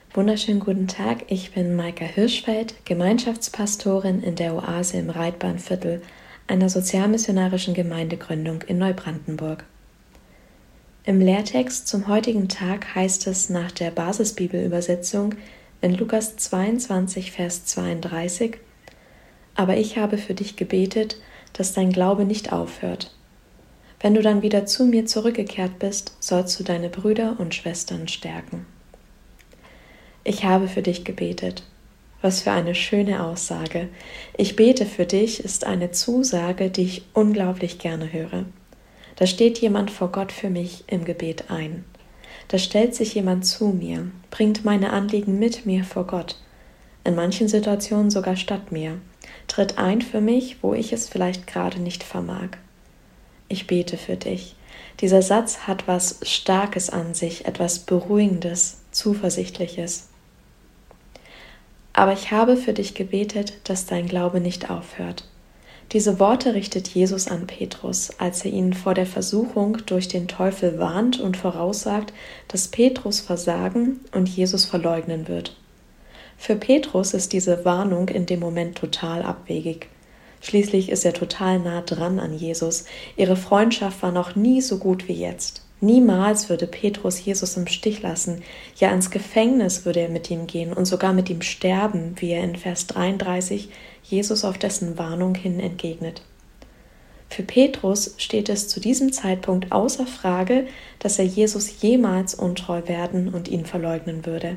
Wunderschönen guten Tag, ich bin Maika Hirschfeld, Gemeinschaftspastorin in der Oase im Reitbahnviertel, einer sozialmissionarischen Gemeindegründung in Neubrandenburg. Im Lehrtext zum heutigen Tag heißt es nach der Basisbibelübersetzung in Lukas 22, Vers 32: Aber ich habe für dich gebetet, dass dein Glaube nicht aufhört. Wenn du dann wieder zu mir zurückgekehrt bist, sollst du deine Brüder und Schwestern stärken. Ich habe für dich gebetet. Was für eine schöne Aussage. Ich bete für dich ist eine Zusage, die ich unglaublich gerne höre. Da steht jemand vor Gott für mich im Gebet ein. Da stellt sich jemand zu mir, bringt meine Anliegen mit mir vor Gott, in manchen Situationen sogar statt mir, tritt ein für mich, wo ich es vielleicht gerade nicht vermag. Ich bete für dich. Dieser Satz hat was Starkes an sich, etwas Beruhigendes, Zuversichtliches. Aber ich habe für dich gebetet, dass dein Glaube nicht aufhört. Diese Worte richtet Jesus an Petrus, als er ihn vor der Versuchung durch den Teufel warnt und voraussagt, dass Petrus versagen und Jesus verleugnen wird. Für Petrus ist diese Warnung in dem Moment total abwegig. Schließlich ist er total nah dran an Jesus. Ihre Freundschaft war noch nie so gut wie jetzt. Niemals würde Petrus Jesus im Stich lassen. Ja, ins Gefängnis würde er mit ihm gehen und sogar mit ihm sterben, wie er in Vers 33 Jesus auf dessen Warnung hin entgegnet. Für Petrus steht es zu diesem Zeitpunkt außer Frage, dass er Jesus jemals untreu werden und ihn verleugnen würde.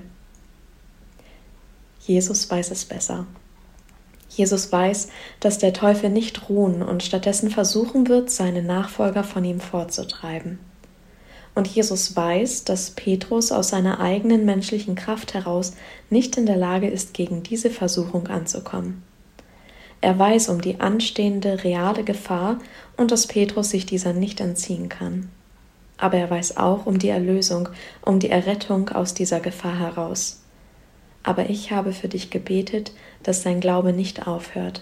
Jesus weiß es besser. Jesus weiß, dass der Teufel nicht ruhen und stattdessen versuchen wird, seine Nachfolger von ihm fortzutreiben. Und Jesus weiß, dass Petrus aus seiner eigenen menschlichen Kraft heraus nicht in der Lage ist, gegen diese Versuchung anzukommen. Er weiß um die anstehende reale Gefahr und dass Petrus sich dieser nicht entziehen kann. Aber er weiß auch um die Erlösung, um die Errettung aus dieser Gefahr heraus. Aber ich habe für dich gebetet, dass dein Glaube nicht aufhört.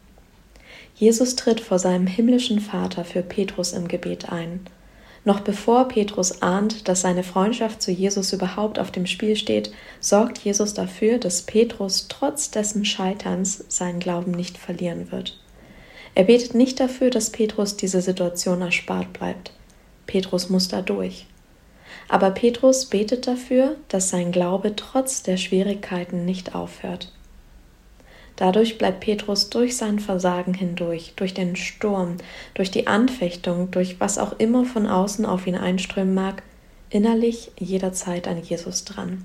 Jesus tritt vor seinem himmlischen Vater für Petrus im Gebet ein. Noch bevor Petrus ahnt, dass seine Freundschaft zu Jesus überhaupt auf dem Spiel steht, sorgt Jesus dafür, dass Petrus trotz dessen Scheiterns seinen Glauben nicht verlieren wird. Er betet nicht dafür, dass Petrus diese Situation erspart bleibt. Petrus muss da durch. Aber Petrus betet dafür, dass sein Glaube trotz der Schwierigkeiten nicht aufhört. Dadurch bleibt Petrus durch sein Versagen hindurch, durch den Sturm, durch die Anfechtung, durch was auch immer von außen auf ihn einströmen mag, innerlich jederzeit an Jesus dran.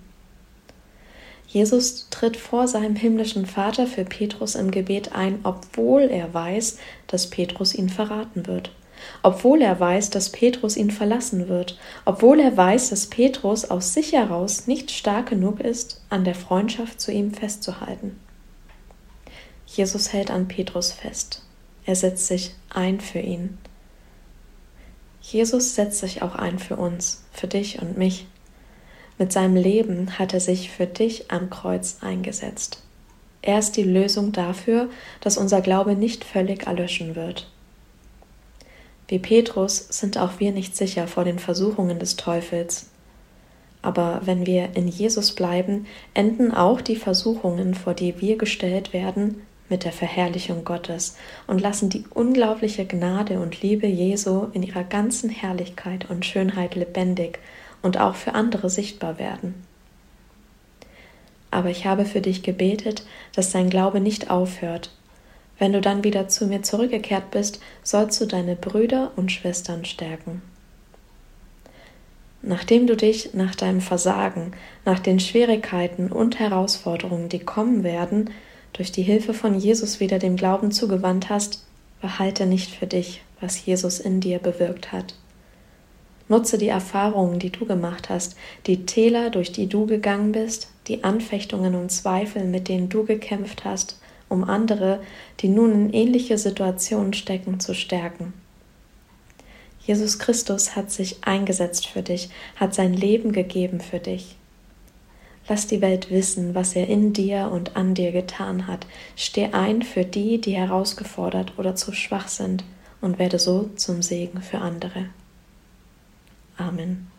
Jesus tritt vor seinem himmlischen Vater für Petrus im Gebet ein, obwohl er weiß, dass Petrus ihn verraten wird. Obwohl er weiß, dass Petrus ihn verlassen wird, obwohl er weiß, dass Petrus aus sich heraus nicht stark genug ist, an der Freundschaft zu ihm festzuhalten. Jesus hält an Petrus fest. Er setzt sich ein für ihn. Jesus setzt sich auch ein für uns, für dich und mich. Mit seinem Leben hat er sich für dich am Kreuz eingesetzt. Er ist die Lösung dafür, dass unser Glaube nicht völlig erlöschen wird. Wie Petrus sind auch wir nicht sicher vor den Versuchungen des Teufels. Aber wenn wir in Jesus bleiben, enden auch die Versuchungen, vor die wir gestellt werden, mit der Verherrlichung Gottes und lassen die unglaubliche Gnade und Liebe Jesu in ihrer ganzen Herrlichkeit und Schönheit lebendig und auch für andere sichtbar werden. Aber ich habe für dich gebetet, dass dein Glaube nicht aufhört. Wenn du dann wieder zu mir zurückgekehrt bist, sollst du deine Brüder und Schwestern stärken. Nachdem du dich nach deinem Versagen, nach den Schwierigkeiten und Herausforderungen, die kommen werden, durch die Hilfe von Jesus wieder dem Glauben zugewandt hast, behalte nicht für dich, was Jesus in dir bewirkt hat. Nutze die Erfahrungen, die du gemacht hast, die Täler, durch die du gegangen bist, die Anfechtungen und Zweifel, mit denen du gekämpft hast, um andere, die nun in ähnliche Situationen stecken, zu stärken. Jesus Christus hat sich eingesetzt für dich, hat sein Leben gegeben für dich. Lass die Welt wissen, was er in dir und an dir getan hat. Steh ein für die, die herausgefordert oder zu schwach sind, und werde so zum Segen für andere. Amen.